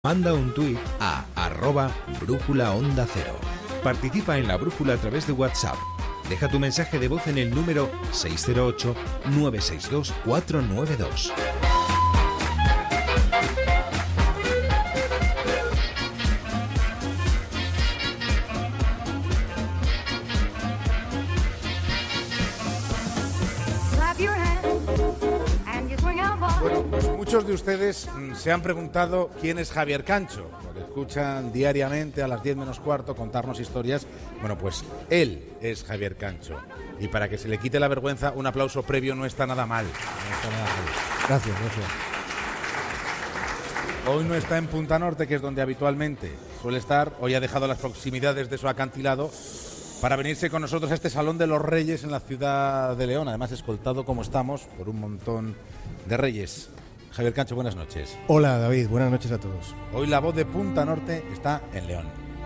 Manda un tuit a @brújula onda cero. Participa en la brújula a través de WhatsApp. Deja tu mensaje de voz en el número 608-962-492. Bueno, pues muchos de ustedes se han preguntado quién es Javier Cancho. Lo que escuchan diariamente a las 10 menos cuarto contarnos historias. Bueno, pues él es Javier Cancho. Y para que se le quite la vergüenza, un aplauso previo no está nada mal. No está nada mal. Gracias, gracias. Hoy no está en Punta Norte, que es donde habitualmente suele estar. Hoy ha dejado las proximidades de su acantilado para venirse con nosotros a este Salón de los Reyes en la ciudad de León. Además, escoltado como estamos por un montón de reyes. Javier Cancho, buenas noches. Hola, David, buenas noches a todos. Hoy la voz de Punta Norte está en León.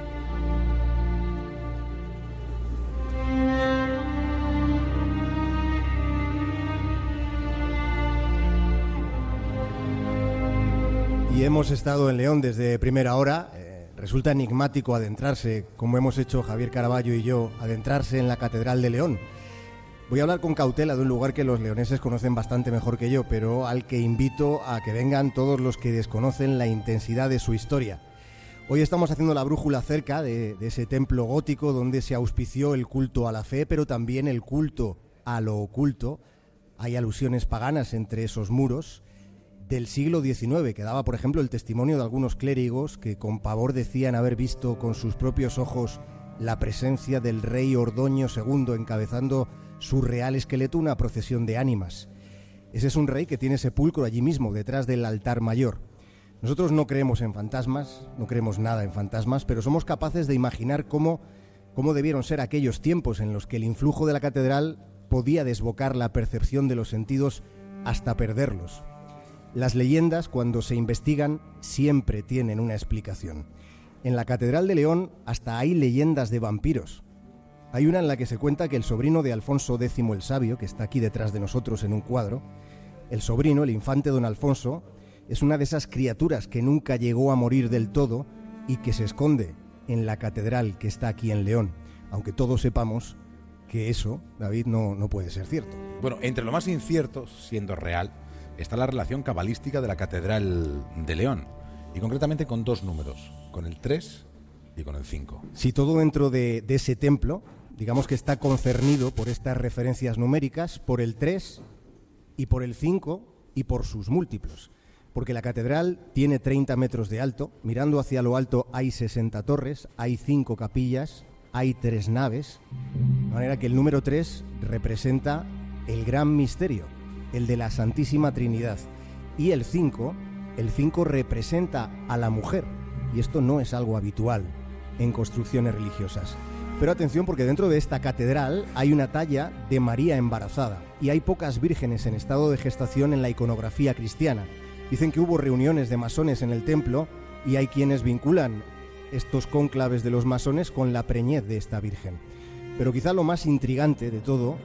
Y hemos estado en León desde primera hora. Resulta enigmático adentrarse, como hemos hecho Javier Caraballo y yo, adentrarse en la Catedral de León. Voy a hablar con cautela de un lugar que los leoneses conocen bastante mejor que yo, pero al que invito a que vengan todos los que desconocen la intensidad de su historia. Hoy estamos haciendo la brújula cerca de ese templo gótico donde se auspició el culto a la fe, pero también el culto a lo oculto. Hay alusiones paganas entre esos muros del siglo XIX, que daba, por ejemplo, el testimonio de algunos clérigos que con pavor decían haber visto con sus propios ojos la presencia del rey Ordoño II encabezando su real esqueleto una procesión de ánimas. Ese es un rey que tiene sepulcro allí mismo, detrás del altar mayor. Nosotros no creemos en fantasmas, no creemos nada en fantasmas, pero somos capaces de imaginar cómo debieron ser aquellos tiempos en los que el influjo de la catedral podía desbocar la percepción de los sentidos hasta perderlos. Las leyendas, cuando se investigan, siempre tienen una explicación. En la Catedral de León hasta hay leyendas de vampiros. Hay una en la que se cuenta que el sobrino de Alfonso X el Sabio, que está aquí detrás de nosotros en un cuadro, el sobrino, el infante don Alfonso, es una de esas criaturas que nunca llegó a morir del todo y que se esconde en la catedral que está aquí en León, aunque todos sepamos que eso, David, no puede ser cierto. Bueno, entre lo más incierto, siendo real, está la relación cabalística de la Catedral de León, y concretamente con dos números, con el 3 y con el 5. Si todo dentro de ese templo, digamos que está concernido por estas referencias numéricas, por el 3 y por el 5 y por sus múltiplos. Porque la catedral tiene 30 metros de alto, mirando hacia lo alto hay 60 torres, hay 5 capillas, hay 3 naves, de manera que el número 3 representa el gran misterio, el de la Santísima Trinidad, y el 5 representa a la mujer, y esto no es algo habitual en construcciones religiosas. Pero atención, porque dentro de esta catedral hay una talla de María embarazada y hay pocas vírgenes en estado de gestación en la iconografía cristiana. Dicen que hubo reuniones de masones en el templo y hay quienes vinculan estos cónclaves de los masones con la preñez de esta virgen. Pero quizá lo más intrigante de todo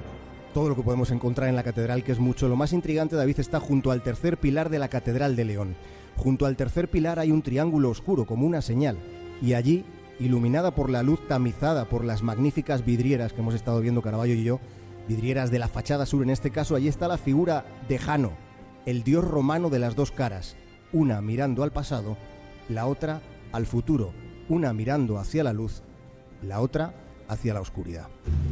lo que podemos encontrar en la catedral, que es mucho, lo más intrigante, David, está junto al tercer pilar de la Catedral de León. Junto al tercer pilar hay un triángulo oscuro, como una señal, y allí, iluminada por la luz tamizada por las magníficas vidrieras que hemos estado viendo Caraballo y yo, vidrieras de la fachada sur en este caso, allí está la figura de Jano, el dios romano de las dos caras, una mirando al pasado, la otra al futuro, una mirando hacia la luz, la otra hacia la oscuridad.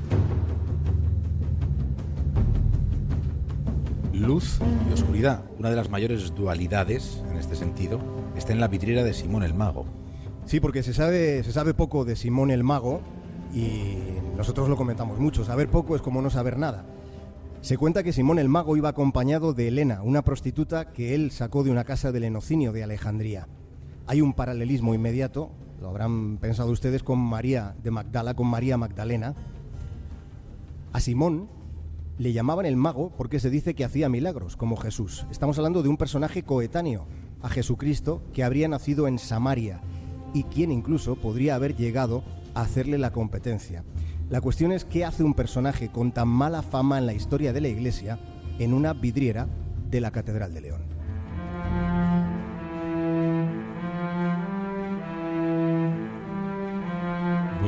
Luz y oscuridad, una de las mayores dualidades en este sentido, está en la vidriera de Simón el Mago. Sí, porque se sabe poco de Simón el Mago y nosotros lo comentamos mucho. Saber poco es como no saber nada. Se cuenta que Simón el Mago iba acompañado de Helena, una prostituta que él sacó de una casa del Lenocinio de Alejandría. Hay un paralelismo inmediato, lo habrán pensado ustedes, con María de Magdala, con María Magdalena. A Simón le llamaban el Mago porque se dice que hacía milagros, como Jesús. Estamos hablando de un personaje coetáneo a Jesucristo que habría nacido en Samaria y quien incluso podría haber llegado a hacerle la competencia. La cuestión es qué hace un personaje con tan mala fama en la historia de la Iglesia en una vidriera de la Catedral de León.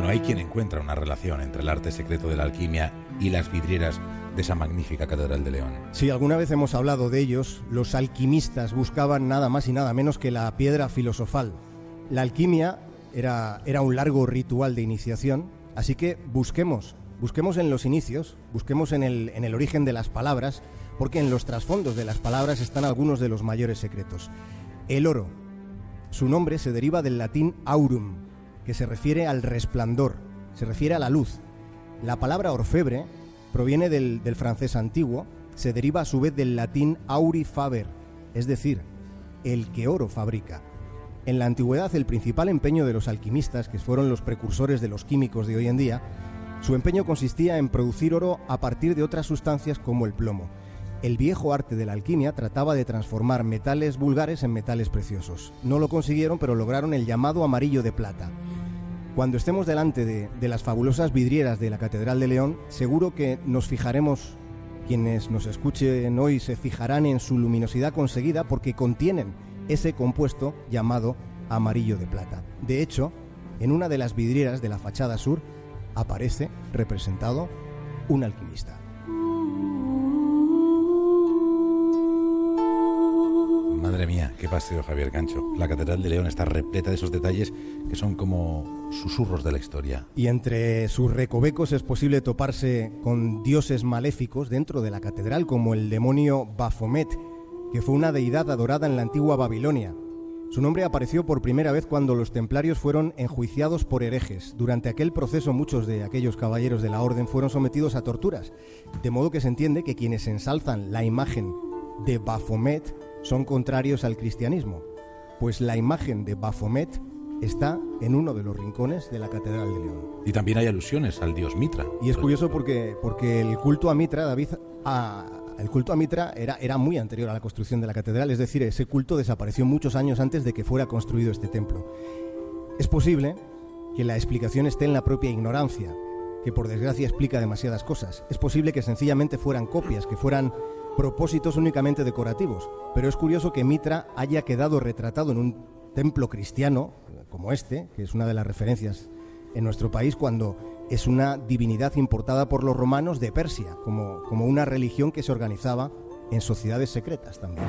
Bueno, hay quien encuentra una relación entre el arte secreto de la alquimia y las vidrieras de esa magnífica Catedral de León. Sí, alguna vez hemos hablado de ellos. Los alquimistas buscaban nada más y nada menos que la piedra filosofal. La alquimia era un largo ritual de iniciación, así que busquemos en los inicios, busquemos en el origen de las palabras, porque en los trasfondos de las palabras están algunos de los mayores secretos. El oro, su nombre se deriva del latín aurum, que se refiere al resplandor, se refiere a la luz. La palabra orfebre proviene del francés antiguo, se deriva a su vez del latín auri faber, es decir, el que oro fabrica. En la antigüedad, el principal empeño de los alquimistas, que fueron los precursores de los químicos de hoy en día, su empeño consistía en producir oro a partir de otras sustancias como el plomo. El viejo arte de la alquimia trataba de transformar metales vulgares en metales preciosos. No lo consiguieron, pero lograron el llamado amarillo de plata. Cuando estemos delante de las fabulosas vidrieras de la Catedral de León, seguro que nos fijaremos, quienes nos escuchen hoy se fijarán en su luminosidad conseguida porque contienen ese compuesto llamado amarillo de plata. De hecho, en una de las vidrieras de la fachada sur aparece representado un alquimista. Madre mía, qué paseo, Javier Cancho. La Catedral de León está repleta de esos detalles que son como susurros de la historia. Y entre sus recovecos es posible toparse con dioses maléficos dentro de la catedral, como el demonio Baphomet, que fue una deidad adorada en la antigua Babilonia. Su nombre apareció por primera vez cuando los templarios fueron enjuiciados por herejes. Durante aquel proceso muchos de aquellos caballeros de la orden fueron sometidos a torturas, de modo que se entiende que quienes ensalzan la imagen de Baphomet son contrarios al cristianismo, pues la imagen de Baphomet está en uno de los rincones de la Catedral de León. Y también hay alusiones al dios Mitra. Y es curioso porque el culto a Mitra, David, el culto a Mitra era muy anterior a la construcción de la catedral, es decir, ese culto desapareció muchos años antes de que fuera construido este templo. Es posible que la explicación esté en la propia ignorancia, que por desgracia explica demasiadas cosas. Es posible que sencillamente fueran copias, que fueran propósitos únicamente decorativos, pero es curioso que Mitra haya quedado retratado en un templo cristiano como este, que es una de las referencias en nuestro país, cuando es una divinidad importada por los romanos de Persia, como una religión que se organizaba en sociedades secretas también.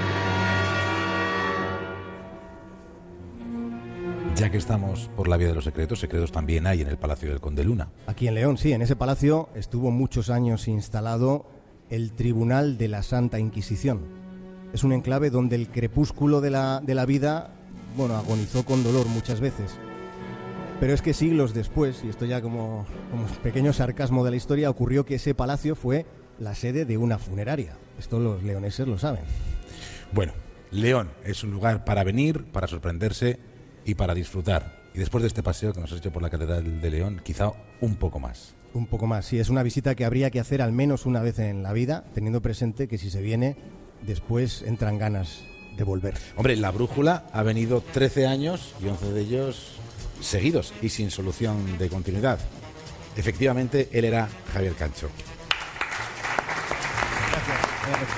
Ya que estamos por la vía de los secretos, secretos también hay en el Palacio del Conde Luna. Aquí en León, sí, en ese palacio estuvo muchos años instalado el Tribunal de la Santa Inquisición. Es un enclave donde el crepúsculo de la vida, agonizó con dolor muchas veces. Pero es que siglos después, y esto ya como pequeño sarcasmo de la historia, ocurrió que ese palacio fue la sede de una funeraria. Esto los leoneses lo saben. Bueno, León es un lugar para venir, para sorprenderse y para disfrutar. Y después de este paseo que nos has hecho por la Catedral de León, quizá un poco más. Un poco más, sí, es una visita que habría que hacer al menos una vez en la vida, teniendo presente que si se viene, después entran ganas de volver. Hombre, la Brújula ha venido 13 años y 11 de ellos seguidos y sin solución de continuidad. Efectivamente, él era Javier Cancho. Gracias.